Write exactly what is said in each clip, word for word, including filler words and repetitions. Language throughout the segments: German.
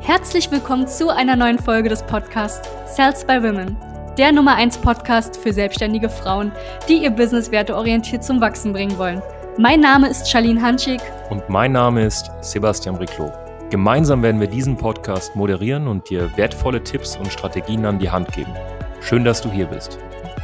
Herzlich willkommen zu einer neuen Folge des Podcasts Sales by Women, der Nummer eins Podcast für selbstständige Frauen, die ihr Business werteorientiert zum Wachsen bringen wollen. Mein Name ist Charlene Hanschig. Und mein Name ist Sebastian Briclot. Gemeinsam werden wir diesen Podcast moderieren und dir wertvolle Tipps und Strategien an die Hand geben. Schön, dass du hier bist.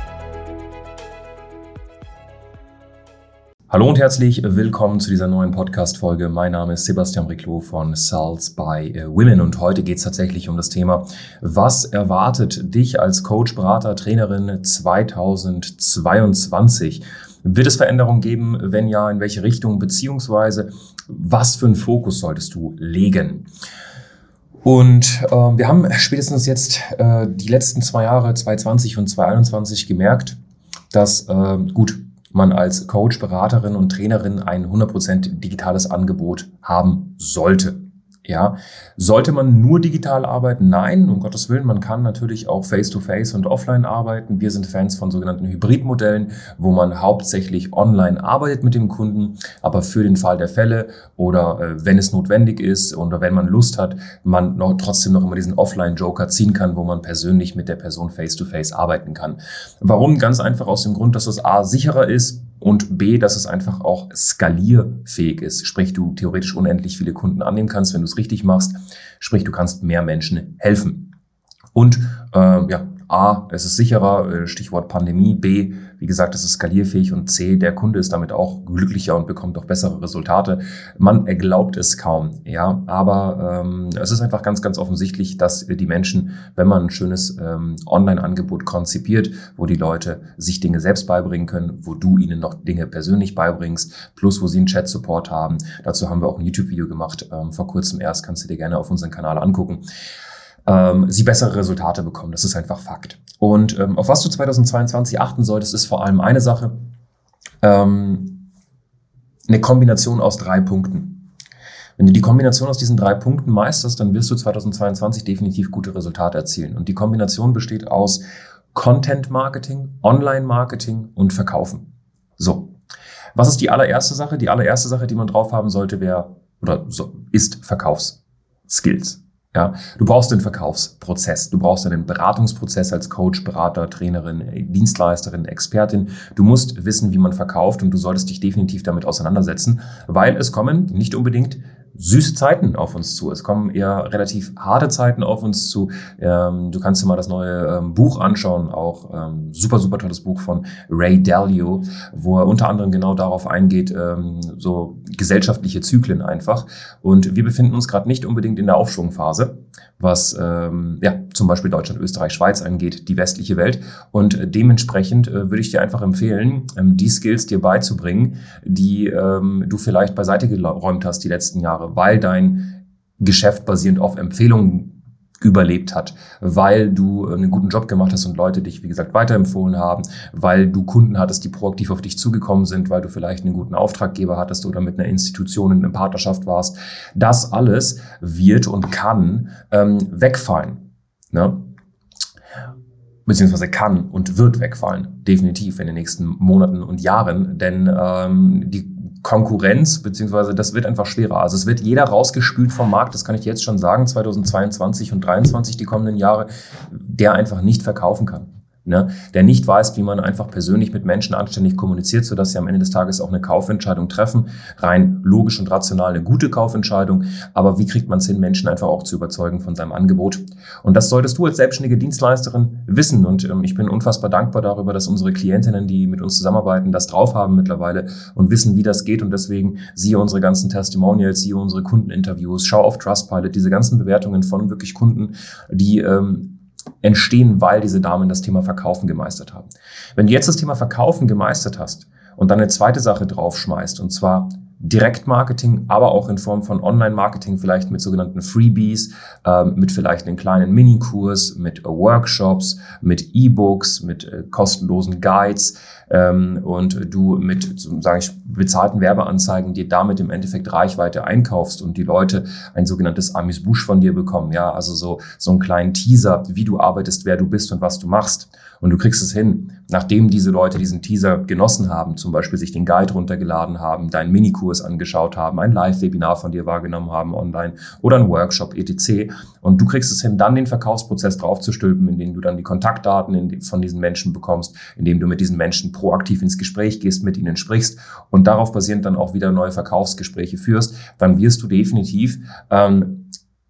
Hallo und herzlich willkommen zu dieser neuen Podcast-Folge. Mein Name ist Sebastian Briclot von Sales by Women und heute geht es tatsächlich um das Thema, was erwartet dich als Coach, Berater, Trainerin zweitausendzweiundzwanzig? Wird es Veränderungen geben? Wenn ja, in welche Richtung? Beziehungsweise, was für einen Fokus solltest du legen? Und äh, wir haben spätestens jetzt äh, die letzten zwei Jahre, zwanzig zwanzig und zwanzig einundzwanzig, gemerkt, dass, äh, gut, man als Coach, Beraterin und Trainerin ein hundert Prozent digitales Angebot haben sollte. Ja, sollte man nur digital arbeiten? Nein, um Gottes Willen, man kann natürlich auch face-to-face und offline arbeiten. Wir sind Fans von sogenannten Hybridmodellen, wo man hauptsächlich online arbeitet mit dem Kunden, aber für den Fall der Fälle oder äh, wenn es notwendig ist oder wenn man Lust hat, man noch, trotzdem noch immer diesen Offline-Joker ziehen kann, wo man persönlich mit der Person face-to-face arbeiten kann. Warum? Ganz einfach aus dem Grund, dass es A, sicherer ist, und B, dass es einfach auch skalierfähig ist. Sprich, du theoretisch unendlich viele Kunden annehmen kannst, wenn du es richtig machst. Sprich, du kannst mehr Menschen helfen. Und äh, ja, A, es ist sicherer, Stichwort Pandemie. B, wie gesagt, es ist skalierfähig. Und C, der Kunde ist damit auch glücklicher und bekommt auch bessere Resultate. Man glaubt es kaum, ja, aber ähm, es ist einfach ganz, ganz offensichtlich, dass die Menschen, wenn man ein schönes ähm, Online-Angebot konzipiert, wo die Leute sich Dinge selbst beibringen können, wo du ihnen noch Dinge persönlich beibringst, plus wo sie einen Chat-Support haben. Dazu haben wir auch ein YouTube-Video gemacht, ähm, vor kurzem erst, kannst du dir gerne auf unserem Kanal angucken. Ähm, sie bessere Resultate bekommen. Das ist einfach Fakt. Und ähm, auf was du zweitausendzweiundzwanzig achten solltest, ist vor allem eine Sache, ähm, eine Kombination aus drei Punkten. Wenn du die Kombination aus diesen drei Punkten meisterst, dann wirst du zweitausendzweiundzwanzig definitiv gute Resultate erzielen. Und die Kombination besteht aus Content-Marketing, Online-Marketing und Verkaufen. So, was ist die allererste Sache? Die allererste Sache, die man drauf haben sollte, wäre oder so, ist Verkaufsskills. Ja, du brauchst den Verkaufsprozess, du brauchst einen Beratungsprozess als Coach, Berater, Trainerin, Dienstleisterin, Expertin. Du musst wissen, wie man verkauft und du solltest dich definitiv damit auseinandersetzen, weil es kommen nicht unbedingt süße Zeiten auf uns zu. Es kommen eher relativ harte Zeiten auf uns zu. Ähm, du kannst dir mal das neue ähm, Buch anschauen, auch ähm, super, super tolles Buch von Ray Dalio, wo er unter anderem genau darauf eingeht, ähm, so gesellschaftliche Zyklen einfach. Und wir befinden uns gerade nicht unbedingt in der Aufschwungphase, was ähm, ja zum Beispiel Deutschland, Österreich, Schweiz angeht, die westliche Welt. Und äh, dementsprechend äh, würde ich dir einfach empfehlen, ähm, die Skills dir beizubringen, die ähm, du vielleicht beiseite geräumt hast die letzten Jahre, weil dein Geschäft basierend auf Empfehlungen überlebt hat, weil du einen guten Job gemacht hast und Leute dich, wie gesagt, weiterempfohlen haben, weil du Kunden hattest, die proaktiv auf dich zugekommen sind, weil du vielleicht einen guten Auftraggeber hattest oder mit einer Institution in einer Partnerschaft warst. Das alles wird und kann ähm, wegfallen, ne? Beziehungsweise kann und wird wegfallen, definitiv in den nächsten Monaten und Jahren, denn ähm, die Konkurrenz, beziehungsweise das wird einfach schwerer. Also es wird jeder rausgespült vom Markt, das kann ich jetzt schon sagen, zweitausendzweiundzwanzig und dreiundzwanzig, die kommenden Jahre, der einfach nicht verkaufen kann. Ne, der nicht weiß, wie man einfach persönlich mit Menschen anständig kommuniziert, sodass sie am Ende des Tages auch eine Kaufentscheidung treffen. Rein logisch und rational eine gute Kaufentscheidung. Aber wie kriegt man es hin, Menschen einfach auch zu überzeugen von seinem Angebot? Und das solltest du als selbstständige Dienstleisterin wissen. Und ähm, ich bin unfassbar dankbar darüber, dass unsere Klientinnen, die mit uns zusammenarbeiten, das drauf haben mittlerweile und wissen, wie das geht. Und deswegen siehe unsere ganzen Testimonials, siehe unsere Kundeninterviews, schau auf Trustpilot, diese ganzen Bewertungen von wirklich Kunden, die ähm, entstehen, weil diese Damen das Thema Verkaufen gemeistert haben. Wenn du jetzt das Thema Verkaufen gemeistert hast und dann eine zweite Sache draufschmeißt, und zwar Direktmarketing, aber auch in Form von Online-Marketing, vielleicht mit sogenannten Freebies, ähm, mit vielleicht einem kleinen Minikurs, mit Workshops, mit E-Books, mit äh, kostenlosen Guides ähm, und du mit, so, sage ich, bezahlten Werbeanzeigen dir damit im Endeffekt Reichweite einkaufst und die Leute ein sogenanntes Amuse-Bouche von dir bekommen, ja, also so so einen kleinen Teaser, wie du arbeitest, wer du bist und was du machst. Und du kriegst es hin, nachdem diese Leute diesen Teaser genossen haben, zum Beispiel sich den Guide runtergeladen haben, deinen Minikurs Videokurs angeschaut haben, ein Live-Webinar von dir wahrgenommen haben online oder ein Workshop et cetera. Und du kriegst es hin, dann den Verkaufsprozess draufzustülpen, indem du dann die Kontaktdaten von diesen Menschen bekommst, indem du mit diesen Menschen proaktiv ins Gespräch gehst, mit ihnen sprichst und darauf basierend dann auch wieder neue Verkaufsgespräche führst, dann wirst du definitiv ähm,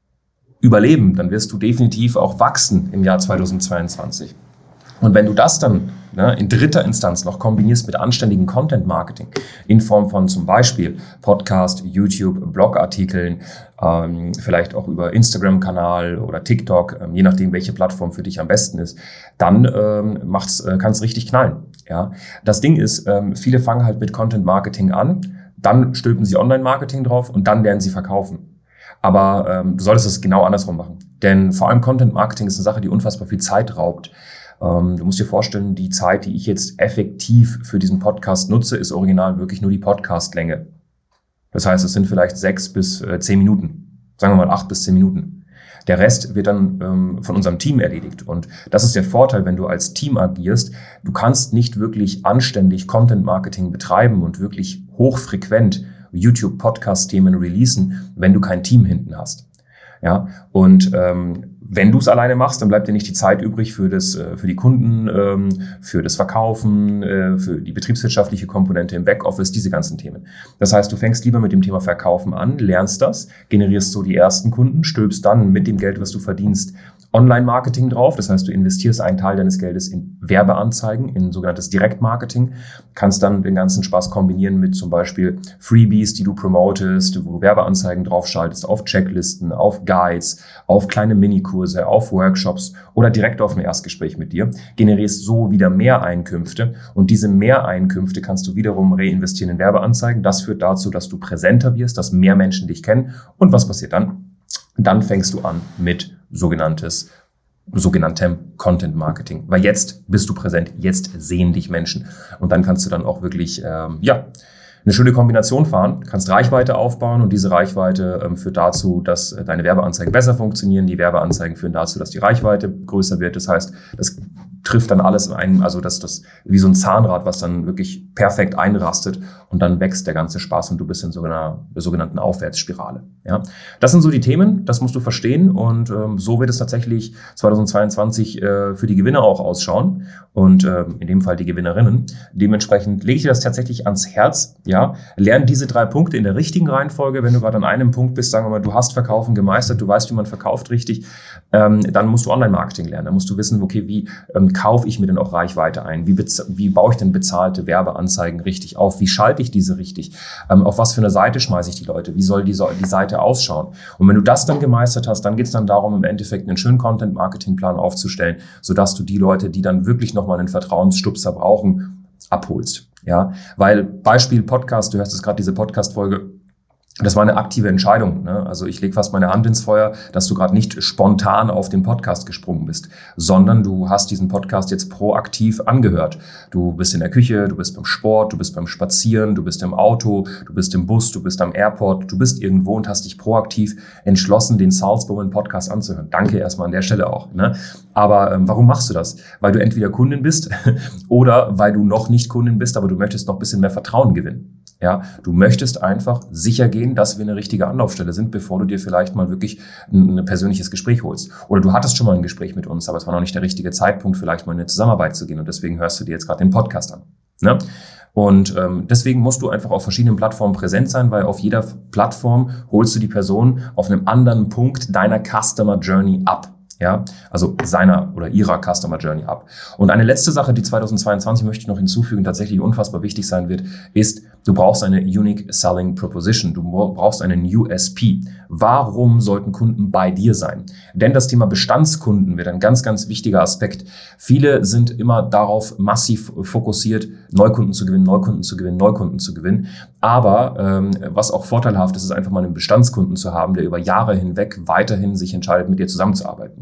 überleben, dann wirst du definitiv auch wachsen im Jahr zweitausendzweiundzwanzig. Und wenn du das dann ne, in dritter Instanz noch kombinierst mit anständigem Content-Marketing in Form von zum Beispiel Podcast, YouTube, Blogartikeln, ähm, vielleicht auch über Instagram-Kanal oder TikTok, ähm, je nachdem, welche Plattform für dich am besten ist, dann ähm, macht's, äh, kann es richtig knallen. Ja? Das Ding ist, ähm, viele fangen halt mit Content-Marketing an, dann stülpen sie Online-Marketing drauf und dann lernen sie verkaufen. Aber ähm, du solltest es genau andersrum machen. Denn vor allem Content-Marketing ist eine Sache, die unfassbar viel Zeit raubt. Ähm, du musst dir vorstellen, die Zeit, die ich jetzt effektiv für diesen Podcast nutze, ist original wirklich nur die Podcastlänge. Das heißt, es sind vielleicht sechs bis äh, zehn Minuten. Sagen wir mal acht bis zehn Minuten. Der Rest wird dann ähm, von unserem Team erledigt. Und das ist der Vorteil, wenn du als Team agierst. Du kannst nicht wirklich anständig Content-Marketing betreiben und wirklich hochfrequent YouTube-Podcast-Themen releasen, wenn du kein Team hinten hast. Ja, und ähm, wenn du es alleine machst, dann bleibt dir nicht die Zeit übrig für das, äh, für die Kunden, ähm, für das Verkaufen, äh, für die betriebswirtschaftliche Komponente im Backoffice, diese ganzen Themen. Das heißt, du fängst lieber mit dem Thema Verkaufen an, lernst das, generierst so die ersten Kunden, stülpst dann mit dem Geld, was du verdienst, Online-Marketing drauf. Das heißt, du investierst einen Teil deines Geldes in Werbeanzeigen, in sogenanntes Direktmarketing, kannst dann den ganzen Spaß kombinieren mit zum Beispiel Freebies, die du promotest, wo du Werbeanzeigen draufschaltest, auf Checklisten, auf Guides, auf kleine Minikurse, auf Workshops oder direkt auf ein Erstgespräch mit dir, generierst so wieder mehr Einkünfte und diese Mehreinkünfte kannst du wiederum reinvestieren in Werbeanzeigen. Das führt dazu, dass du präsenter wirst, dass mehr Menschen dich kennen. Und was passiert dann? Dann fängst du an mit sogenanntes, sogenanntem Content Marketing. Weil jetzt bist du präsent, jetzt sehen dich Menschen. Und dann kannst du dann auch wirklich, ähm, ja, eine schöne Kombination fahren, kannst Reichweite aufbauen und diese Reichweite ähm, führt dazu, dass äh, deine Werbeanzeigen besser funktionieren. Die Werbeanzeigen führen dazu, dass die Reichweite größer wird. Das heißt, das trifft dann alles ein, also das, das wie so ein Zahnrad, was dann wirklich perfekt einrastet und dann wächst der ganze Spaß und du bist in so einer sogenannten Aufwärtsspirale. Ja, das sind so die Themen, das musst du verstehen und ähm, so wird es tatsächlich zweitausendzweiundzwanzig äh, für die Gewinner auch ausschauen und äh, in dem Fall die Gewinnerinnen. Dementsprechend lege ich dir das tatsächlich ans Herz. Ja, lern diese drei Punkte in der richtigen Reihenfolge. Wenn du gerade an einem Punkt bist, sagen wir mal, du hast Verkaufen gemeistert, du weißt, wie man verkauft richtig, ähm, dann musst du Online-Marketing lernen. Dann musst du wissen, okay, wie ähm, kaufe ich mir denn auch Reichweite ein? Wie, wie baue ich denn bezahlte Werbeanzeigen richtig auf? Wie schalte ich diese richtig? Ähm, auf was für eine Seite schmeiße ich die Leute? Wie soll die, soll die Seite ausschauen? Und wenn du das dann gemeistert hast, dann geht es dann darum, im Endeffekt einen schönen Content-Marketing-Plan aufzustellen, sodass du die Leute, die dann wirklich nochmal einen Vertrauensstupser brauchen, abholst. Ja, weil Beispiel Podcast, du hörst jetzt gerade diese Podcast-Folge, das war eine aktive Entscheidung. Ne? Also ich lege fast meine Hand ins Feuer, dass du gerade nicht spontan auf den Podcast gesprungen bist, sondern du hast diesen Podcast jetzt proaktiv angehört. Du bist in der Küche, du bist beim Sport, du bist beim Spazieren, du bist im Auto, du bist im Bus, du bist am Airport, du bist irgendwo und hast dich proaktiv entschlossen, den Salzburger Podcast anzuhören. Danke erstmal an der Stelle auch. Ne? Aber ähm, warum machst du das? Weil du entweder Kundin bist oder weil du noch nicht Kundin bist, aber du möchtest noch ein bisschen mehr Vertrauen gewinnen. Ja, du möchtest einfach sicher gehen, dass wir eine richtige Anlaufstelle sind, bevor du dir vielleicht mal wirklich ein, ein persönliches Gespräch holst. Oder du hattest schon mal ein Gespräch mit uns, aber es war noch nicht der richtige Zeitpunkt, vielleicht mal in eine Zusammenarbeit zu gehen und deswegen hörst du dir jetzt gerade den Podcast an. Ne? Und ähm, deswegen musst du einfach auf verschiedenen Plattformen präsent sein, weil auf jeder Plattform holst du die Person auf einem anderen Punkt deiner Customer Journey ab. Ja, also seiner oder ihrer Customer Journey ab. Und eine letzte Sache, die zweitausendzweiundzwanzig möchte ich noch hinzufügen, tatsächlich unfassbar wichtig sein wird, ist, du brauchst eine Unique Selling Proposition. Du brauchst einen U S P. Warum sollten Kunden bei dir sein? Denn das Thema Bestandskunden wird ein ganz, ganz wichtiger Aspekt. Viele sind immer darauf massiv fokussiert, Neukunden zu gewinnen, Neukunden zu gewinnen, Neukunden zu gewinnen. Aber ähm, was auch vorteilhaft ist, ist einfach mal einen Bestandskunden zu haben, der über Jahre hinweg weiterhin sich entscheidet, mit dir zusammenzuarbeiten.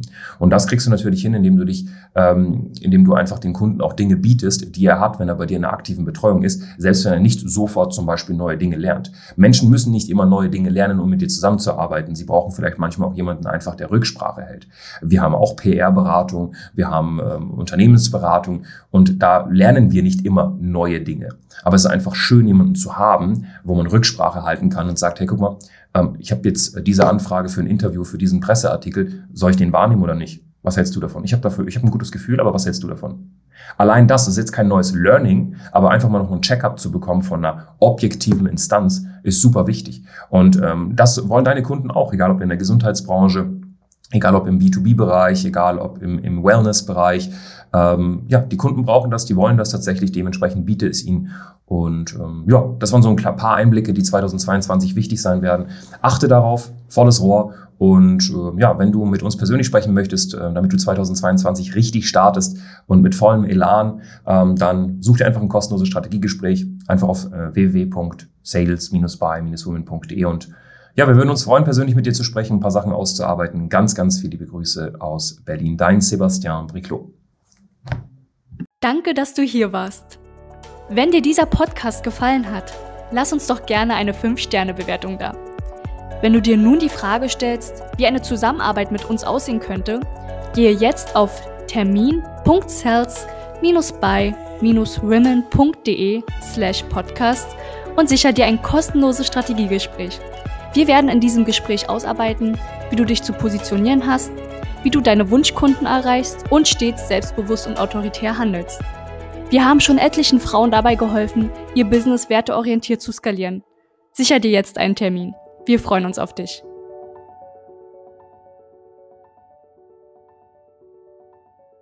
Und das kriegst du natürlich hin, indem du dich, ähm, indem du einfach den Kunden auch Dinge bietest, die er hat, wenn er bei dir in einer aktiven Betreuung ist, selbst wenn er nicht sofort zum Beispiel neue Dinge lernt. Menschen müssen nicht immer neue Dinge lernen, um mit dir zusammenzuarbeiten. Sie brauchen vielleicht manchmal auch jemanden einfach, der Rücksprache hält. Wir haben auch P R-Beratung, wir haben ähm, Unternehmensberatung und da lernen wir nicht immer neue Dinge. Aber es ist einfach schön, jemanden zu haben, wo man Rücksprache halten kann und sagt, hey, guck mal, ähm, ich habe jetzt diese Anfrage für ein Interview, für diesen Presseartikel, soll ich den wahrnehmen oder nicht? Was hältst du davon? Ich habe dafür, ich habe ein gutes Gefühl, aber was hältst du davon? Allein das ist jetzt kein neues Learning, aber einfach mal noch einen Check-up zu bekommen von einer objektiven Instanz ist super wichtig. Und ähm, das wollen deine Kunden auch, egal ob in der Gesundheitsbranche, egal ob im B zwei B-Bereich, egal ob im, im Wellness-Bereich. Ähm, ja, die Kunden brauchen das, die wollen das tatsächlich, dementsprechend biete es ihnen. Und ähm, ja, das waren so ein paar Einblicke, die zweitausendzweiundzwanzig wichtig sein werden. Achte darauf, volles Rohr. Und äh, ja, wenn du mit uns persönlich sprechen möchtest, äh, damit du zweitausendzweiundzwanzig richtig startest und mit vollem Elan, ähm, dann such dir einfach ein kostenloses Strategiegespräch, einfach auf äh, w w w punkt sales dash by dash women punkt d e und ja, wir würden uns freuen, persönlich mit dir zu sprechen, ein paar Sachen auszuarbeiten. Ganz, ganz viele liebe Grüße aus Berlin. Dein Sebastian Briclot. Danke, dass du hier warst. Wenn dir dieser Podcast gefallen hat, lass uns doch gerne eine fünf Sterne Bewertung da. Wenn du dir nun die Frage stellst, wie eine Zusammenarbeit mit uns aussehen könnte, gehe jetzt auf termin punkt sales dash by dash women punkt d e slash podcast und sicher dir ein kostenloses Strategiegespräch. Wir werden in diesem Gespräch ausarbeiten, wie du dich zu positionieren hast, wie du deine Wunschkunden erreichst und stets selbstbewusst und autoritär handelst. Wir haben schon etlichen Frauen dabei geholfen, ihr Business werteorientiert zu skalieren. Sicher dir jetzt einen Termin. Wir freuen uns auf dich.